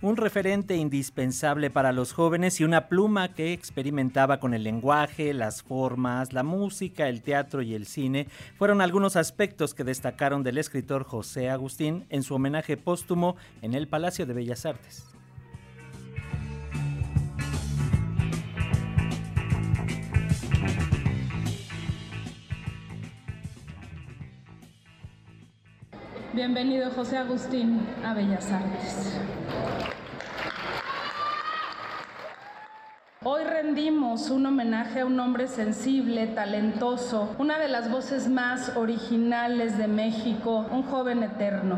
Un referente indispensable para los jóvenes y una pluma que experimentaba con el lenguaje, las formas, la música, el teatro y el cine fueron algunos aspectos que destacaron del escritor José Agustín en su homenaje póstumo en el Palacio de Bellas Artes. Bienvenido, José Agustín, a Bellas Artes. Hoy rendimos un homenaje a un hombre sensible, talentoso, una de las voces más originales de México, un joven eterno.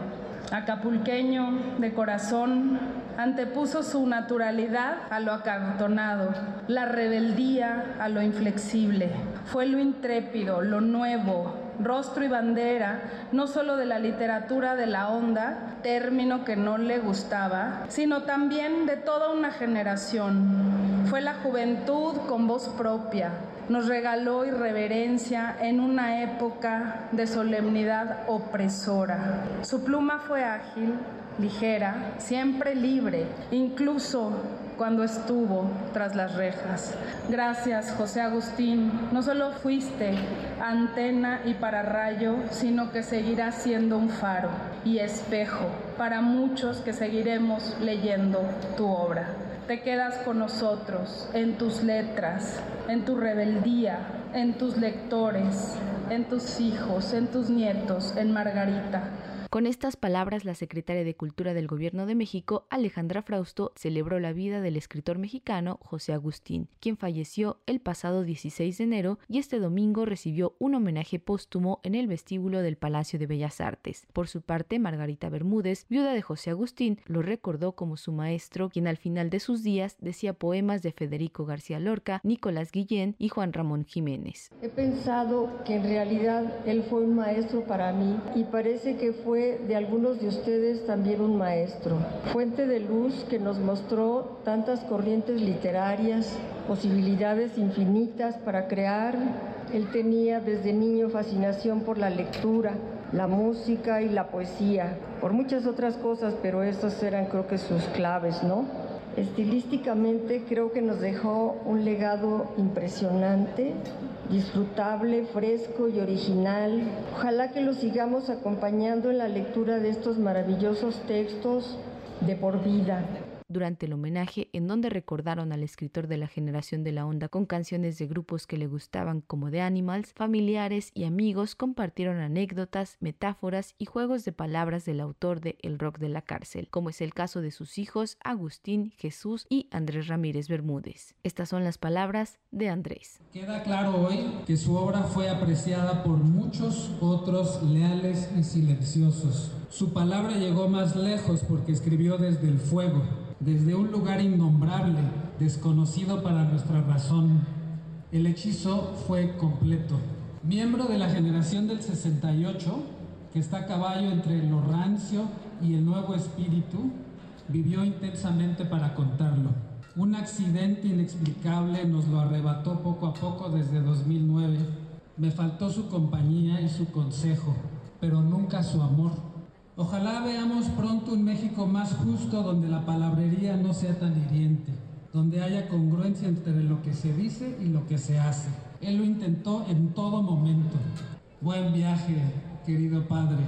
Acapulqueño de corazón, antepuso su naturalidad a lo acartonado, la rebeldía a lo inflexible. Fue lo intrépido, lo nuevo, rostro y bandera, no solo de la literatura de la onda, término que no le gustaba, sino también de toda una generación. Fue la juventud con voz propia. Nos regaló irreverencia en una época de solemnidad opresora. Su pluma fue ágil, ligera, siempre libre, incluso cuando estuvo tras las rejas. Gracias, José Agustín. No solo fuiste antena y pararrayo, sino que seguirás siendo un faro y espejo para muchos que seguiremos leyendo tu obra. Te quedas con nosotros en tus letras, en tu rebeldía, en tus lectores, en tus hijos, en tus nietos, en Margarita. Con estas palabras, la secretaria de Cultura del Gobierno de México, Alejandra Frausto, celebró la vida del escritor mexicano José Agustín, quien falleció el pasado 16 de enero y este domingo recibió un homenaje póstumo en el vestíbulo del Palacio de Bellas Artes. Por su parte, Margarita Bermúdez, viuda de José Agustín, lo recordó como su maestro, quien al final de sus días decía poemas de Federico García Lorca, Nicolás Guillén y Juan Ramón Jiménez. He pensado que en realidad él fue un maestro para mí y parece que fue de algunos de ustedes también un maestro, fuente de luz que nos mostró tantas corrientes literarias, posibilidades infinitas para crear. Él tenía desde niño fascinación por la lectura, la música y la poesía, por muchas otras cosas, pero esas eran creo que sus claves, ¿no? Estilísticamente creo que nos dejó un legado impresionante, disfrutable, fresco y original. Ojalá que lo sigamos acompañando en la lectura de estos maravillosos textos de por vida. Durante el homenaje, en donde recordaron al escritor de la generación de la onda con canciones de grupos que le gustaban como The Animals, familiares y amigos compartieron anécdotas, metáforas y juegos de palabras del autor de El rock de la cárcel, como es el caso de sus hijos Agustín, Jesús y Andrés Ramírez Bermúdez. Estas son las palabras de Andrés. Queda claro hoy que su obra fue apreciada por muchos otros leales y silenciosos. Su palabra llegó más lejos porque escribió desde el fuego, desde un lugar innombrable, desconocido para nuestra razón. El hechizo fue completo. Miembro de la generación del 68, que está a caballo entre lo rancio y el nuevo espíritu, vivió intensamente para contarlo. Un accidente inexplicable nos lo arrebató poco a poco desde 2009. Me faltó su compañía y su consejo, pero nunca su amor. Ojalá veamos pronto un México más justo, donde la palabrería no sea tan hiriente, donde haya congruencia entre lo que se dice y lo que se hace. Él lo intentó en todo momento. Buen viaje, querido padre,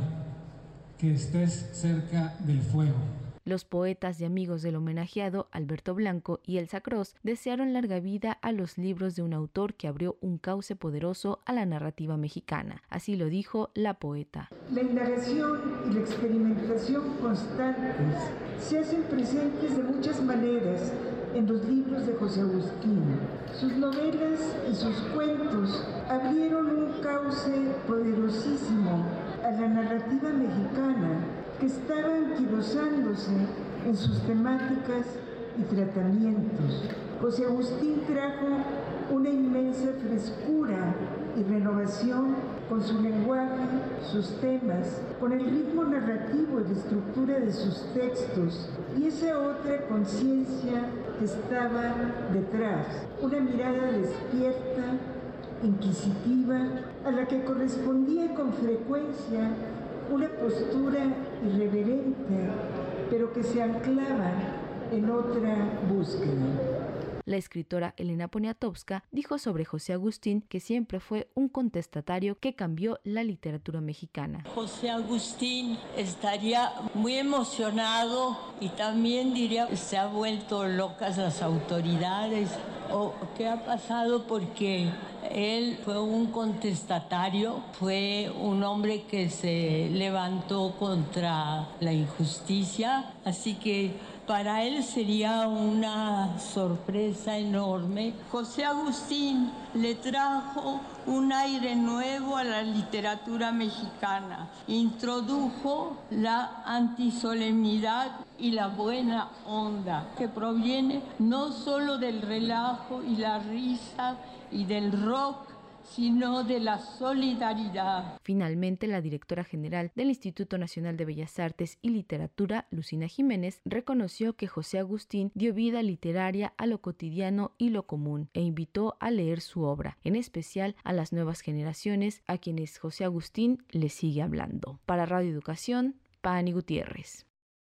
que estés cerca del fuego. Los poetas y amigos del homenajeado, Alberto Blanco y Elsa Cross, desearon larga vida a los libros de un autor que abrió un cauce poderoso a la narrativa mexicana. Así lo dijo la poeta. La indagación y la experimentación constantes se hacen presentes de muchas maneras en los libros de José Agustín. Sus novelas y sus cuentos abrieron un cauce poderosísimo a la narrativa mexicana, que estaba anquilosándose en sus temáticas y tratamientos. José Agustín trajo una inmensa frescura y renovación con su lenguaje, sus temas, con el ritmo narrativo y la estructura de sus textos, y esa otra conciencia que estaba detrás, una mirada despierta, inquisitiva, a la que correspondía con frecuencia una postura irreverente, pero que se anclaba en otra búsqueda. La escritora Elena Poniatowska dijo sobre José Agustín que siempre fue un contestatario que cambió la literatura mexicana. José Agustín estaría muy emocionado y también diría, se ha vuelto locas las autoridades o qué ha pasado, porque él fue un contestatario, fue un hombre que se levantó contra la injusticia, así que para él sería una sorpresa enorme. José Agustín le trajo un aire nuevo a la literatura mexicana, introdujo la antisolemnidad y la buena onda, que proviene no solo del relajo y la risa y del rock, sino de la solidaridad. Finalmente, la directora general del Instituto Nacional de Bellas Artes y Literatura, Lucina Jiménez, reconoció que José Agustín dio vida literaria a lo cotidiano y lo común e invitó a leer su obra, en especial a las nuevas generaciones a quienes José Agustín les sigue hablando. Para Radio Educación, Pani Gutiérrez.